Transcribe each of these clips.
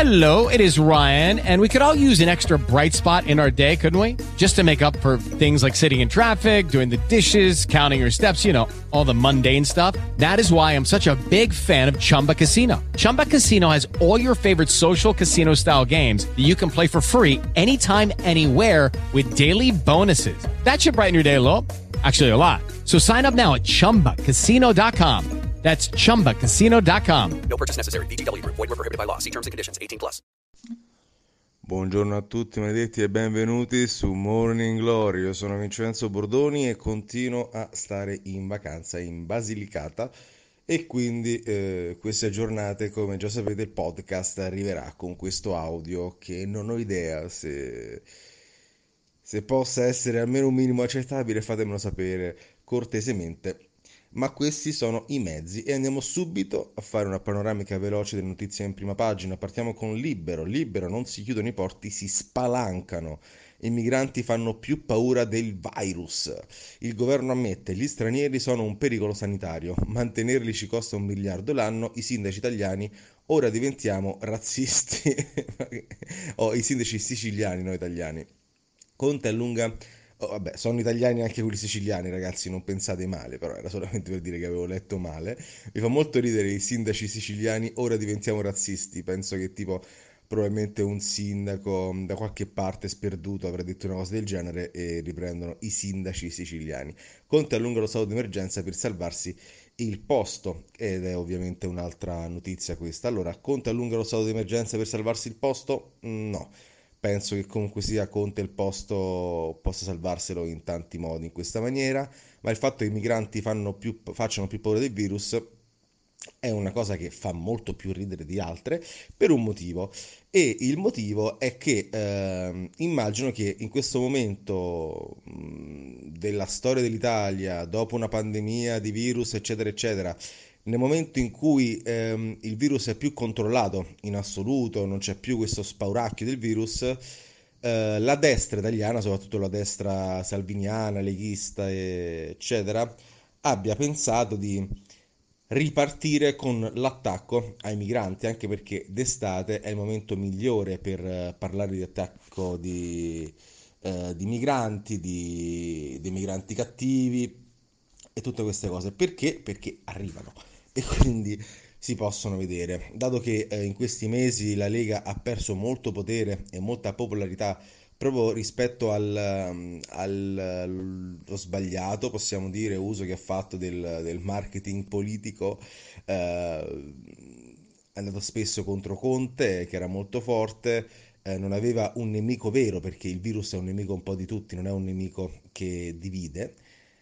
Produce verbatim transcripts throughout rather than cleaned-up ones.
Hello, it is Ryan, and we could all use an extra bright spot in our day, couldn't we? Just to make up for things like sitting in traffic, doing the dishes, counting your steps, you know, all the mundane stuff. That is why I'm such a big fan of Chumba Casino. Chumba Casino has all your favorite social casino-style games that you can play for free anytime, anywhere with daily bonuses. That should brighten your day a little. Actually, a lot. So sign up now at chumba casino dot com. That's chumba casino dot com. No purchase necessary. V G W Group. Void where prohibited by law. See terms and conditions. eighteen plus. Buongiorno a tutti maledetti e benvenuti su Morning Glory. Io sono Vincenzo Bordoni e continuo a stare in vacanza in Basilicata e quindi eh, queste giornate, come già sapete, il podcast arriverà con questo audio che non ho idea se, se possa essere almeno un minimo accettabile. Fatemelo sapere cortesemente. Ma questi sono i mezzi e andiamo subito a fare una panoramica veloce delle notizie in prima pagina. Partiamo con Libero. Libero, non si chiudono i porti, si spalancano. I migranti fanno più paura del virus. Il governo ammette, gli stranieri sono un pericolo sanitario. Mantenerli ci costa un miliardo l'anno. I sindaci italiani, ora diventiamo razzisti. O oh, i sindaci siciliani, no italiani. Conte allunga... Oh, vabbè, sono italiani anche quelli siciliani, ragazzi, non pensate male, però era solamente per dire che avevo letto male. Mi fa molto ridere i sindaci siciliani, ora diventiamo razzisti. Penso che tipo probabilmente un sindaco da qualche parte sperduto avrà detto una cosa del genere e riprendono i sindaci siciliani. Conte allunga lo stato di emergenza per salvarsi il posto, ed è ovviamente un'altra notizia questa. Allora, Conte allunga lo stato di emergenza per salvarsi il posto? No. Penso che comunque sia Conte il posto possa salvarselo in tanti modi in questa maniera, ma il fatto che i migranti fanno più, facciano più paura del virus è una cosa che fa molto più ridere di altre per un motivo, e il motivo è che eh, immagino che in questo momento mh, della storia dell'Italia, dopo una pandemia di virus eccetera eccetera, nel momento in cui ehm, il virus è più controllato in assoluto, non c'è più questo spauracchio del virus, eh, la destra italiana, soprattutto la destra salviniana, leghista, eccetera, abbia pensato di ripartire con l'attacco ai migranti, anche perché d'estate è il momento migliore per eh, parlare di attacco di, eh, di migranti, di, di migranti cattivi e tutte queste cose. Perché? Perché arrivano e quindi si possono vedere. Dato che eh, in questi mesi la Lega ha perso molto potere e molta popolarità proprio rispetto al, um, al- allo sbagliato, possiamo dire, uso che ha fatto del, del marketing politico, eh, è andato spesso contro Conte, che era molto forte, eh, non aveva un nemico vero, perché il virus è un nemico un po' di tutti, non è un nemico che divide.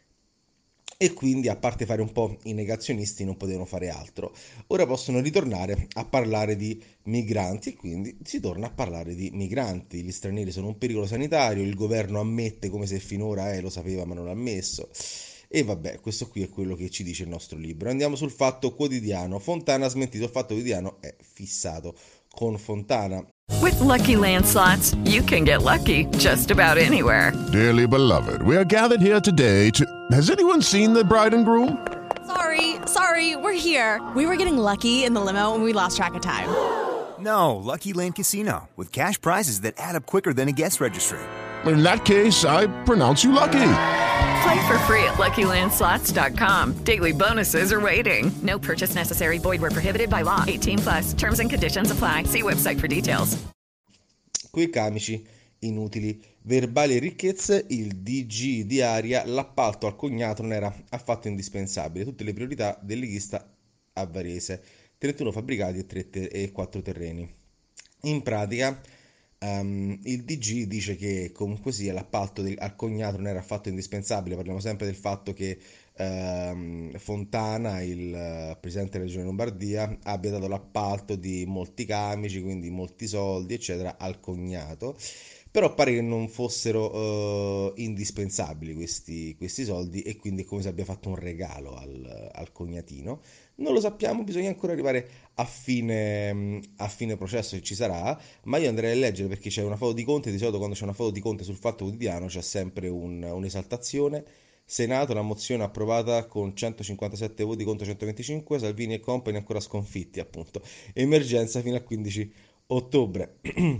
E quindi, a parte fare un po' i negazionisti, non potevano fare altro. Ora possono ritornare a parlare di migranti e quindi si torna a parlare di migranti. Gli stranieri sono un pericolo sanitario, il governo ammette come se finora eh, lo sapeva ma non l'ha ammesso. E vabbè, questo qui è quello che ci dice il nostro libro. Andiamo sul Fatto Quotidiano. Fontana ha smentito, il Fatto Quotidiano è fissato con Fontana. With Lucky Land Slots, you can get lucky just about anywhere. Dearly beloved, we are gathered here today to... Has anyone seen the bride and groom? Sorry, sorry, we're here. We were getting lucky in the limo and we lost track of time. No, Lucky Land Casino, with cash prizes that add up quicker than a guest registry. In that case, I pronounce you lucky. Play for free at lucky land slots dot com. Daily bonuses are waiting. No purchase necessary. Void where prohibited by law. eighteen plus. Terms and conditions apply. See website for details. Quei camici inutili. Verbali ricchezze, il D G di Aria, l'appalto al cognato non era affatto indispensabile. Tutte le priorità del leghista a Varese. trentuno fabbricati e, tre te- e quattro terreni. In pratica... Um, il D G dice che comunque sia l'appalto del, al cognato non era affatto indispensabile. Parliamo sempre del fatto che um, Fontana, il uh, presidente della regione Lombardia, abbia dato l'appalto di molti camici, quindi molti soldi eccetera, al cognato. Però pare che non fossero uh, indispensabili questi, questi soldi, e quindi è come se abbia fatto un regalo al, al cognatino. Non lo sappiamo, bisogna ancora arrivare a fine, a fine processo, che ci sarà, ma io andrei a leggere, perché c'è una foto di Conte. Di solito quando c'è una foto di Conte sul Fatto Quotidiano c'è sempre un- un'esaltazione. Senato, la mozione approvata con centocinquantasette voti contro centoventicinque, Salvini e compagni ancora sconfitti, appunto. Emergenza fino al quindici ottobre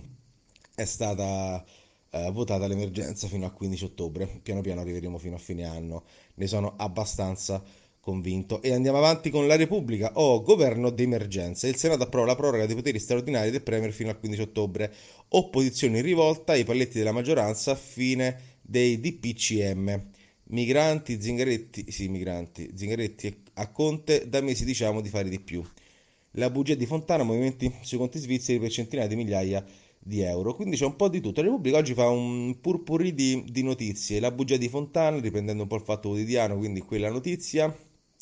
è stata eh, votata l'emergenza fino al quindici ottobre, piano piano arriveremo fino a fine anno, ne sono abbastanza convinto. E andiamo avanti con la Repubblica. Oh, governo d'emergenza. Il Senato approva la proroga dei poteri straordinari del Premier fino al quindici ottobre. Opposizione in rivolta ai paletti della maggioranza, fine dei D P C M. Migranti, Zingaretti, sì, migranti, Zingaretti a Conte, da mesi diciamo di fare di più. La bugia di Fontana, movimenti sui conti svizzeri per centinaia di migliaia di euro. Quindi c'è un po' di tutto. La Repubblica oggi fa un purpurri di, di notizie. La bugia di Fontana, riprendendo un po' il Fatto Quotidiano, quindi quella notizia.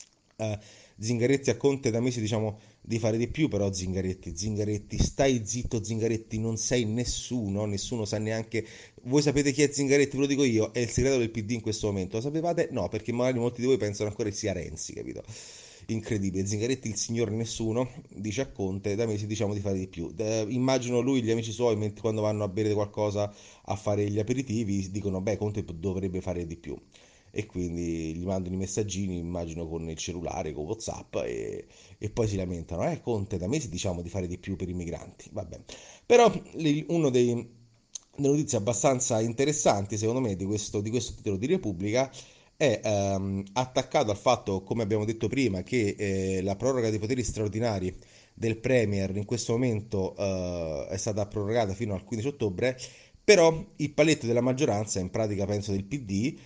Eh, Zingaretti a Conte, da mesi diciamo di fare di più, però Zingaretti, Zingaretti, stai zitto Zingaretti, non sei nessuno, nessuno sa neanche, voi sapete chi è Zingaretti, ve lo dico io, è il segretario del P D in questo momento, lo sapevate? No, perché magari molti di voi pensano ancora che sia Renzi, capito? Incredibile, Zingaretti il signor nessuno, dice a Conte, da mesi diciamo di fare di più. Eh, immagino lui, gli amici suoi, mentre quando vanno a bere qualcosa, a fare gli aperitivi, dicono, beh, Conte dovrebbe fare di più. E quindi gli mandano i messaggini, immagino con il cellulare, con WhatsApp, e, e poi si lamentano, eh, Conte, da mesi diciamo di fare di più per i migranti, vabbè. Però lì, uno dei, delle notizie abbastanza interessanti, secondo me, di questo, di questo titolo di Repubblica è ehm, attaccato al fatto, come abbiamo detto prima, che eh, la proroga dei poteri straordinari del Premier in questo momento eh, è stata prorogata fino al quindici ottobre, però il paletto della maggioranza, in pratica penso del P D,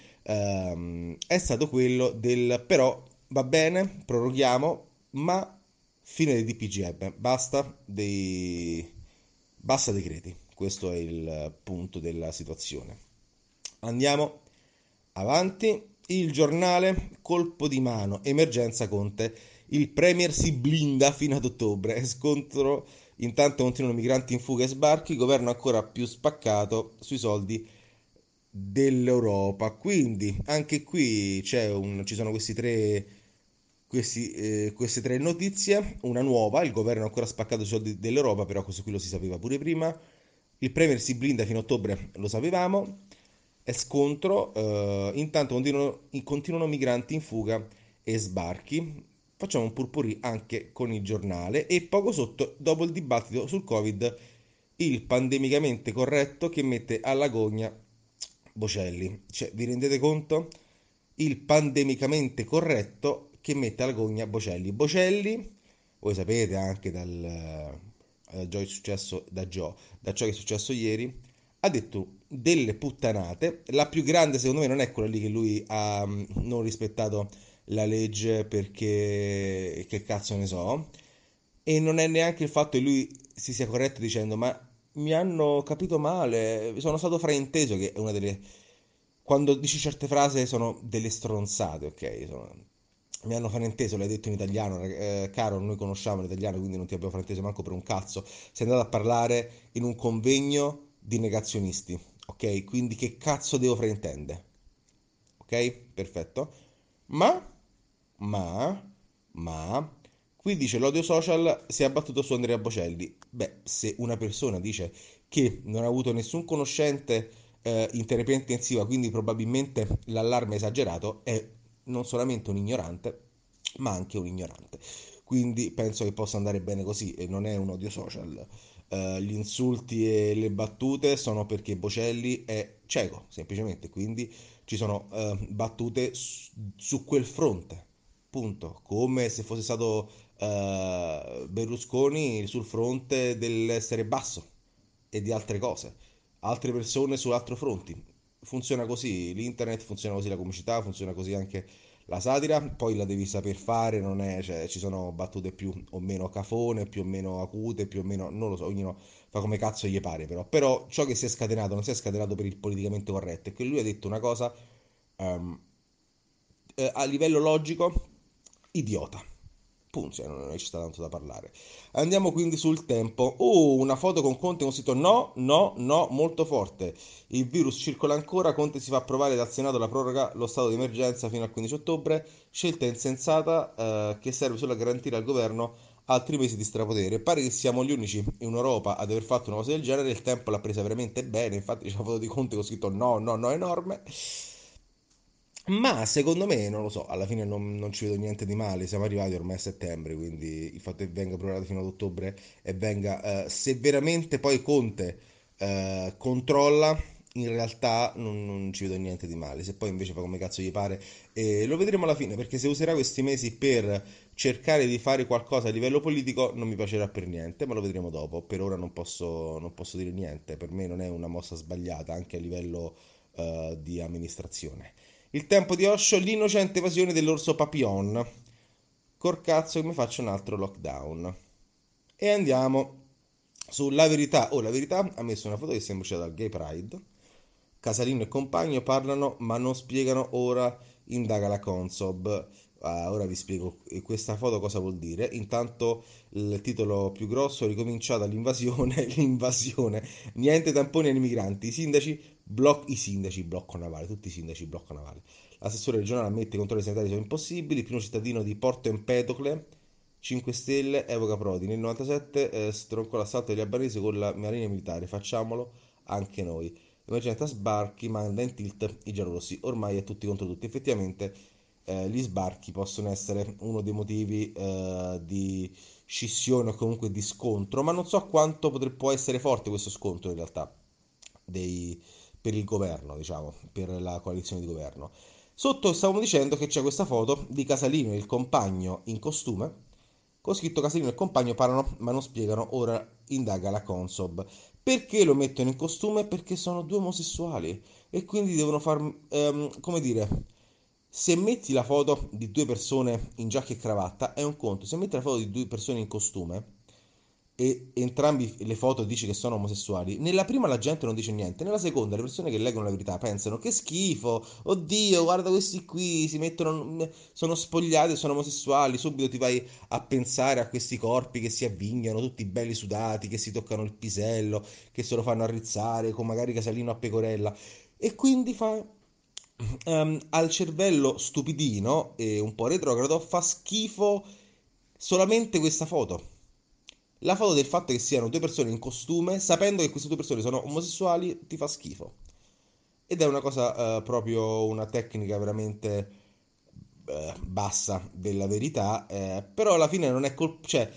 ehm, è stato quello del però va bene, proroghiamo, ma fine dei D P G M, basta dei basta decreti. Questo è il punto della situazione. Andiamo avanti. Il Giornale, colpo di mano, emergenza Conte. Il Premier si blinda fino ad ottobre. Scontro, intanto continuano migranti in fuga e sbarchi. Governo ancora più spaccato sui soldi dell'Europa. Quindi anche qui c'è un, ci sono questi tre, questi, eh, queste tre notizie. Una nuova, il governo ha ancora spaccato i soldi dell'Europa, però questo qui lo si sapeva pure prima. Il Premier si blinda fino a ottobre, lo sapevamo. È scontro, eh, intanto continuano, continuano migranti in fuga e sbarchi. Facciamo un purpurri anche con il giornale e poco sotto, dopo il dibattito sul Covid, il pandemicamente corretto che mette alla gogna Bocelli. Cioè, vi rendete conto? Il pandemicamente corretto che mette alla gogna Bocelli. Bocelli, voi sapete anche dal, eh, Joe è successo, da, Joe, da ciò che è successo ieri, ha detto delle puttanate. La più grande secondo me non è quella lì che lui ha mm, non rispettato la legge perché che cazzo ne so, e non è neanche il fatto che lui si sia corretto dicendo ma mi hanno capito male, sono stato frainteso, che è una delle, quando dici certe frasi sono delle stronzate, ok? Sono- mi hanno frainteso, l'hai detto in italiano, rag- eh, caro, noi conosciamo l'italiano, quindi non ti abbiamo frainteso manco per un cazzo. Sei andato a parlare in un convegno di negazionisti, ok? Quindi che cazzo devo fraintendere? Ok? Perfetto. Ma, ma, ma, qui dice l'odio social si è abbattuto su Andrea Bocelli. Beh, se una persona dice che non ha avuto nessun conoscente eh, in terapia intensiva, quindi probabilmente l'allarme è esagerato, è non solamente un ignorante, ma anche un ignorante. Quindi penso che possa andare bene così e non è un odio social. Eh, gli insulti e le battute sono perché Bocelli è cieco, semplicemente, quindi ci sono eh, battute su, su quel fronte, punto, come se fosse stato eh, Berlusconi sul fronte dell'essere basso e di altre cose, altre persone su altri fronti. Funziona così, l'internet funziona così, la comicità funziona così, anche la satira, poi la devi saper fare, non è, cioè, ci sono battute più o meno cafone, più o meno acute, più o meno, non lo so, ognuno fa come cazzo gli pare, però. Però ciò che si è scatenato non si è scatenato per il politicamente corretto, è che lui ha detto una cosa ehm, eh, a livello logico idiota. Punto, cioè, non ci sta tanto da parlare. Andiamo quindi sul tempo. Oh, una foto con Conte con sito no, no, no, molto forte. Il virus circola ancora, Conte si fa approvare dal Senato la proroga lo stato di emergenza fino al quindici ottobre, scelta insensata eh, che serve solo a garantire al governo altri mesi di strapotere. Pare che siamo gli unici in Europa ad aver fatto una cosa del genere, il tempo l'ha presa veramente bene, infatti c'è una foto di Conte con scritto no, no, no enorme. Ma secondo me, non lo so, alla fine non, non ci vedo niente di male, siamo arrivati ormai a settembre, quindi il fatto che venga prorogato fino ad ottobre e venga, eh, se veramente poi Conte eh, controlla, in realtà non, non ci vedo niente di male, se poi invece fa come cazzo gli pare, eh, lo vedremo alla fine, perché se userà questi mesi per cercare di fare qualcosa a livello politico non mi piacerà per niente, ma lo vedremo dopo, per ora non posso, non posso dire niente, per me non è una mossa sbagliata anche a livello eh, di amministrazione. Il tempo di Osho, l'innocente evasione dell'orso Papillon. Cor cazzo che mi faccio un altro lockdown. E andiamo sulla verità. Oh, la verità ha messo una foto che sembra uscita dal Gay Pride. Casalino e compagno parlano ma non spiegano, ora indaga la Consob. Ah, ora vi spiego questa foto cosa vuol dire. Intanto il titolo più grosso: ricominciata l'invasione, l'invasione. Niente tamponi ai migranti. I sindaci, bloc- i sindaci blocco navale, tutti i sindaci blocco navale. L'assessore regionale ammette che i controlli sanitari sono impossibili. Il primo cittadino di Porto Empedocle, cinque Stelle, evoca Prodi. Nel novantasette eh, stroncò l'assalto degli albanesi con la marina militare. Facciamolo anche noi. Emergenza sbarchi, manda in tilt i giallorossi. Ormai è tutti contro tutti. Effettivamente eh, gli sbarchi possono essere uno dei motivi eh, di scissione o comunque di scontro, ma non so quanto potre- può essere forte questo scontro in realtà dei- per il governo, diciamo, per la coalizione di governo. Sotto stavamo dicendo che c'è questa foto di Casalino e il compagno in costume, con scritto Casalino e il compagno parlano ma non spiegano, ora indaga la Consob. Perché lo mettono in costume? Perché sono due omosessuali e quindi devono far, ehm, come dire, se metti la foto di due persone in giacca e cravatta è un conto, se metti la foto di due persone in costume e entrambi le foto dici che sono omosessuali, nella prima la gente non dice niente, nella seconda le persone che leggono la verità pensano che schifo, oddio, guarda questi qui, si mettono, sono spogliati, sono omosessuali, subito ti vai a pensare a questi corpi che si avvinghiano, tutti belli sudati, che si toccano il pisello, che se lo fanno arrizzare, con magari Casalino a pecorella, e quindi fa ehm, al cervello stupidino e un po' retrogrado fa schifo solamente questa foto. La foto del fatto che siano due persone in costume, sapendo che queste due persone sono omosessuali, ti fa schifo. Ed è una cosa, eh, proprio una tecnica veramente eh, bassa della verità, eh, però alla fine non è colpa, cioè,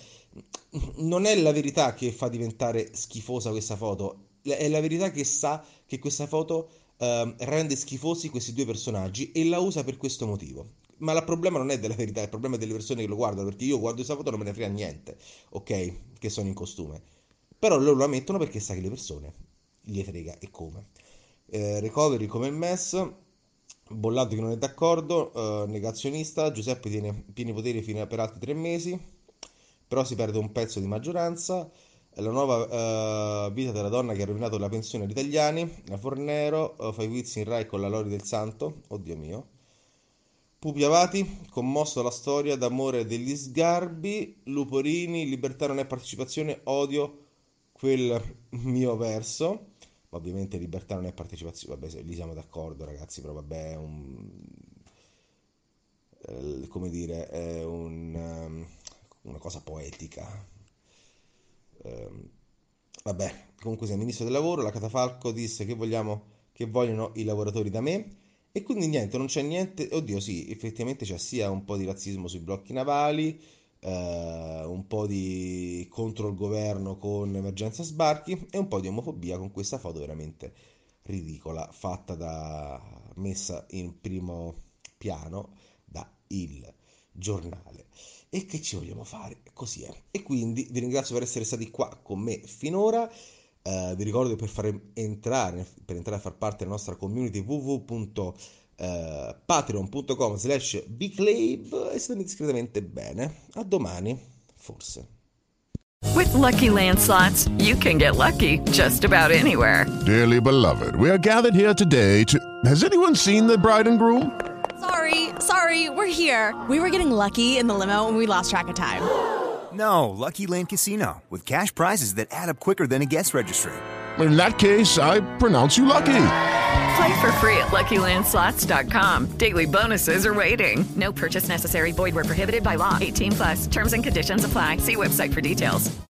non è la verità che fa diventare schifosa questa foto, è la verità che sa che questa foto eh, rende schifosi questi due personaggi e la usa per questo motivo. Ma il problema non è della verità, il problema è delle persone che lo guardano, perché io guardo questa foto e non me ne frega niente, ok? Che sono in costume. Però loro la mettono perché sa che le persone gli frega e come. Eh, recovery come il M E S, Bollato che non è d'accordo, eh, negazionista, Giuseppe tiene pieni poteri fino a per altri tre mesi, però si perde un pezzo di maggioranza. La nuova eh, vita della donna che ha rovinato la pensione agli italiani, la Fornero, eh, fa i quiz in Rai con la Lori del Santo, oddio mio. Pupi Avati, commosso dalla storia d'amore degli Sgarbi, Luporini, libertà non è partecipazione, odio quel mio verso. Ma ovviamente libertà non è partecipazione, vabbè, lì siamo d'accordo ragazzi, però vabbè, è un, eh, come dire, è un, um, una cosa poetica. Ehm, vabbè, comunque sia ministro del lavoro, la Catafalco disse che vogliamo, che vogliono i lavoratori da me. E quindi niente, non c'è niente. Oddio, sì, effettivamente c'è sia un po' di razzismo sui blocchi navali, eh, un po' di contro il governo con emergenza sbarchi e un po' di omofobia con questa foto veramente ridicola, fatta da, messa in primo piano da Il Giornale. E che ci vogliamo fare? Così è. E quindi vi ringrazio per essere stati qua con me finora. Uh, vi ricordo che per fare entrare, per entrare a far parte della nostra community w w w punto patreon punto com slash bclave e state discretamente bene. A domani, forse. With Lucky Land Slots, you can get lucky just about anywhere. Dearly beloved, we are gathered here today to... Has anyone seen the bride and groom? Sorry, sorry, we're here. We were getting lucky in the limo and we lost track of time. No, Lucky Land Casino, with cash prizes that add up quicker than a guest registry. In that case, I pronounce you lucky. Play for free at lucky land slots dot com. Daily bonuses are waiting. No purchase necessary. Void where prohibited by law. eighteen plus. Terms and conditions apply. See website for details.